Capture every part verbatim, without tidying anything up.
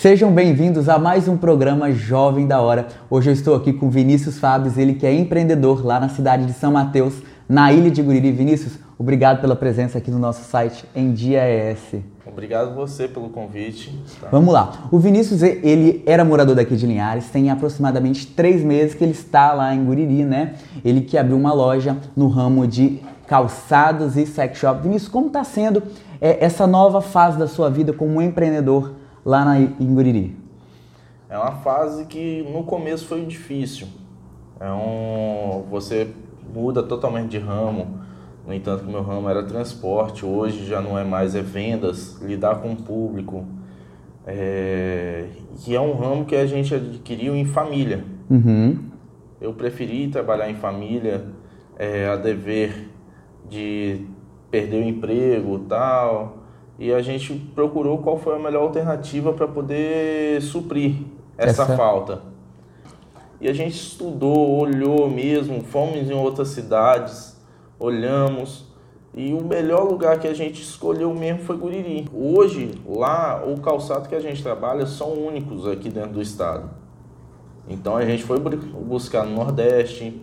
Sejam bem-vindos a mais um programa Jovem da Hora. Hoje eu estou aqui com Vinícius Fabes, ele que é empreendedor lá na cidade de São Mateus, na ilha de Guriri. Vinícius, obrigado pela presença aqui no nosso site EndiaES. Obrigado você pelo convite. Tá? Vamos lá. O Vinícius, ele era morador daqui de Linhares, tem aproximadamente três meses que ele está lá em Guriri, né? Ele que abriu uma loja no ramo de calçados e sex shop. Vinícius, como está sendo é, essa nova fase da sua vida como empreendedor lá na, em Guriri? É uma fase que no começo foi difícil. É um, você muda totalmente de ramo. No entanto, que meu ramo era transporte, hoje já não é mais, é vendas, lidar com o público. É, e é um ramo que a gente adquiriu em família. Uhum. Eu preferi trabalhar em família, é, a dever de perder o emprego e tal. E a gente procurou qual foi a melhor alternativa para poder suprir essa, essa falta. E a gente estudou, olhou mesmo, fomos em outras cidades, olhamos, e o melhor lugar que a gente escolheu mesmo foi Guriri. Hoje, lá, o calçado que a gente trabalha são únicos aqui dentro do estado. Então a gente foi buscar no Nordeste,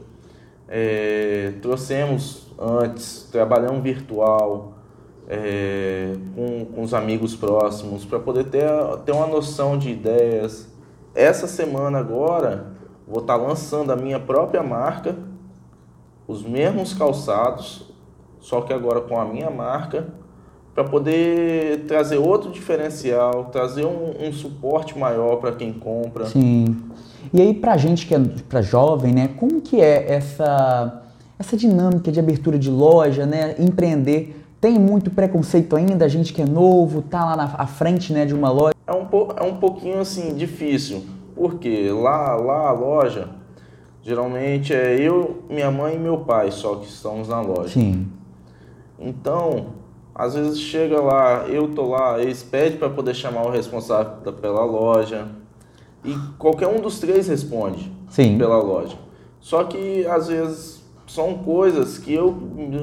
é, trouxemos antes, trabalhamos virtual, é, com, com os amigos próximos, para poder ter, ter uma noção de ideias. Essa semana agora, vou estar lançando a minha própria marca, os mesmos calçados, só que agora com a minha marca, para poder trazer outro diferencial, trazer um, um suporte maior para quem compra. Sim. E aí, para gente que é para jovem, né, como que é essa, essa dinâmica de abertura de loja, né, empreender? Tem muito preconceito ainda, a gente que é novo, tá lá na à frente, né, de uma loja? É um, é um pouquinho assim difícil, porque lá, lá a loja, geralmente é eu, minha mãe e meu pai só que estamos na loja. Sim. Então, às vezes chega lá, eu tô lá, eles pedem para poder chamar o responsável pela loja. E qualquer um dos três responde. Sim. Pela loja. Só que às vezes são coisas que eu,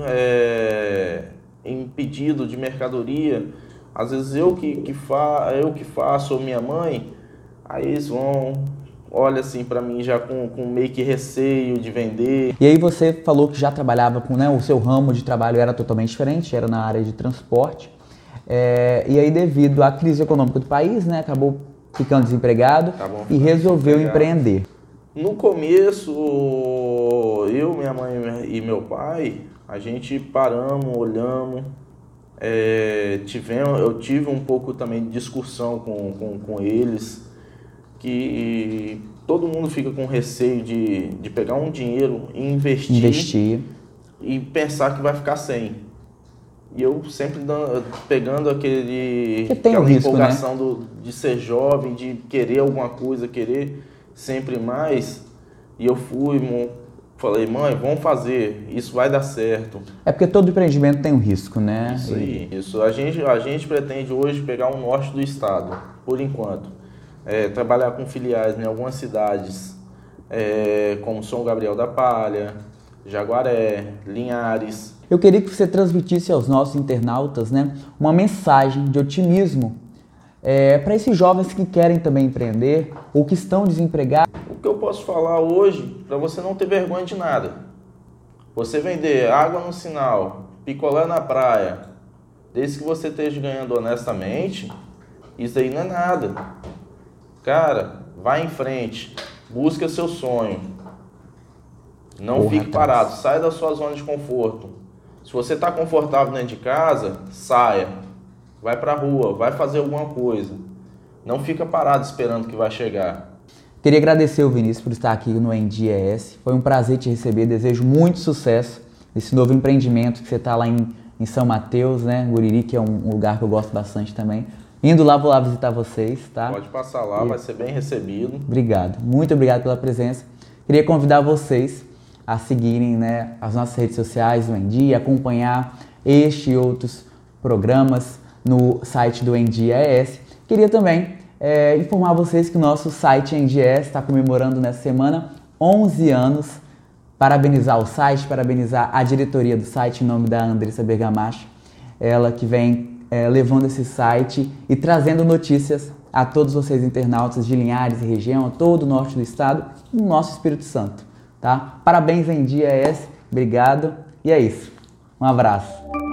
é, em pedido de mercadoria, às vezes eu que, que, fa, eu que faço ou minha mãe, aí eles vão... olha assim para mim já com, com meio que receio de vender. E aí você falou que já trabalhava com, né, o seu ramo de trabalho era totalmente diferente, era na área de transporte. É, e aí devido à crise econômica do país, né, acabou ficando desempregado Acabou e resolveu desempregado. empreender. No começo, eu, minha mãe e meu pai, a gente paramos, olhamos, é, tivemos, eu tive um pouco também de discussão com, com, com eles, que todo mundo fica com receio de, de pegar um dinheiro e investir, investir e pensar que vai ficar sem. E eu sempre dando, pegando aquele, aquela risco, empolgação, né? do, de ser jovem, de querer alguma coisa, querer sempre mais. E eu fui, falei, mãe, vamos fazer, isso vai dar certo. É porque todo empreendimento tem um risco, né? Isso aí, isso. A gente, a gente pretende hoje pegar o norte do estado, por enquanto. É, trabalhar com filiais em algumas cidades, é, como São Gabriel da Palha, Jaguaré, Linhares. Eu queria que você transmitisse aos nossos internautas, né, uma mensagem de otimismo é, para esses jovens que querem também empreender ou que estão desempregados. O que eu posso falar hoje, para você não ter vergonha de nada. Você vender água no sinal, picolé na praia, desde que você esteja ganhando honestamente, isso aí não é nada. Cara, vai em frente, busca seu sonho, não Porra, fique parado, sai da sua zona de conforto. Se você está confortável dentro de casa, saia, vai para a rua, vai fazer alguma coisa, não fica parado esperando que vai chegar. Queria agradecer o Vinícius por estar aqui no EndiaES, foi um prazer te receber, desejo muito sucesso nesse novo empreendimento que você está lá em, em São Mateus, né, Guriri, que é um lugar que eu gosto bastante também. Indo lá, vou lá visitar vocês, tá? Pode passar lá, e... vai ser bem recebido. Obrigado, muito obrigado pela presença. Queria convidar vocês a seguirem, né, as nossas redes sociais, o Endi, acompanhar este e outros programas no site do EndiaES. Queria também é, informar vocês que o nosso site EndiaES está comemorando nessa semana onze anos. Parabenizar o site, parabenizar a diretoria do site em nome da Andressa Bergamacho, ela que vem é, levando esse site e trazendo notícias a todos vocês internautas de Linhares e região, todo o norte do estado e o nosso Espírito Santo, tá? Parabéns em dia esse, obrigado e é isso. Um abraço.